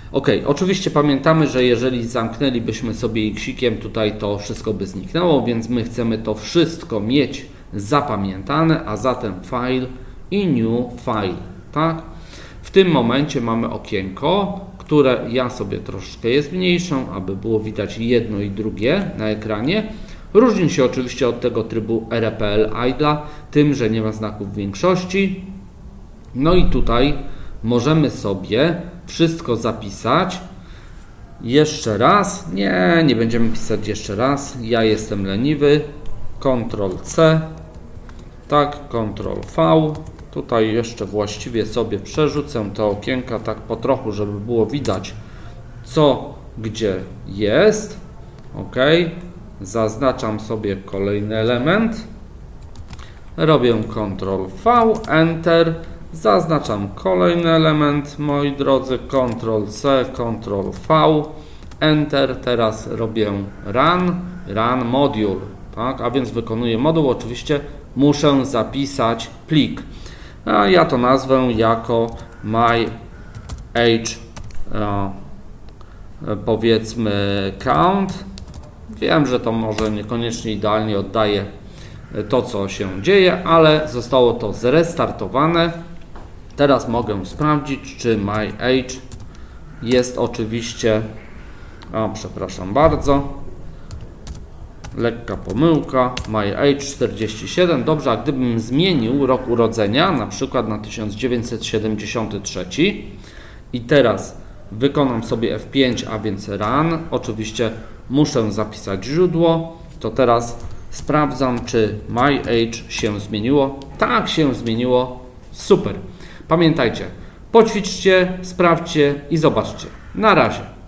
Ok, oczywiście pamiętamy, że jeżeli zamknęlibyśmy sobie x-ikiem tutaj, to wszystko by zniknęło, więc my chcemy to wszystko mieć zapamiętane, a zatem file i new file, tak? W tym momencie mamy okienko, które ja sobie troszeczkę je zmniejszę, aby było widać jedno i drugie na ekranie. Różni się oczywiście od tego trybu RPL idle tym, że nie ma znaków większości. No i tutaj możemy sobie wszystko zapisać jeszcze raz. Nie będziemy pisać jeszcze raz. Ja jestem leniwy. Ctrl-C, tak, Ctrl-V. Tutaj jeszcze właściwie sobie przerzucę te okienka tak po trochu, żeby było widać, co gdzie jest. OK. Zaznaczam sobie kolejny element. Robię Ctrl-V, Enter. Zaznaczam kolejny element, moi drodzy. Ctrl-C, Ctrl-V, Enter. Teraz robię Run Module. Tak? A więc wykonuję moduł. Oczywiście muszę zapisać plik. A ja to nazwę jako myAge, powiedzmy count. Wiem, że to może niekoniecznie idealnie oddaje to, co się dzieje, ale zostało to zrestartowane. Teraz mogę sprawdzić, czy myAge jest oczywiście, przepraszam bardzo, lekka pomyłka, myAge 47. Dobrze, a gdybym zmienił rok urodzenia, na przykład na 1973 i teraz wykonam sobie F5, a więc run, oczywiście muszę zapisać źródło, to teraz sprawdzam, czy myAge się zmieniło. Tak, się zmieniło. Super. Pamiętajcie, poćwiczcie, sprawdźcie i zobaczcie. Na razie.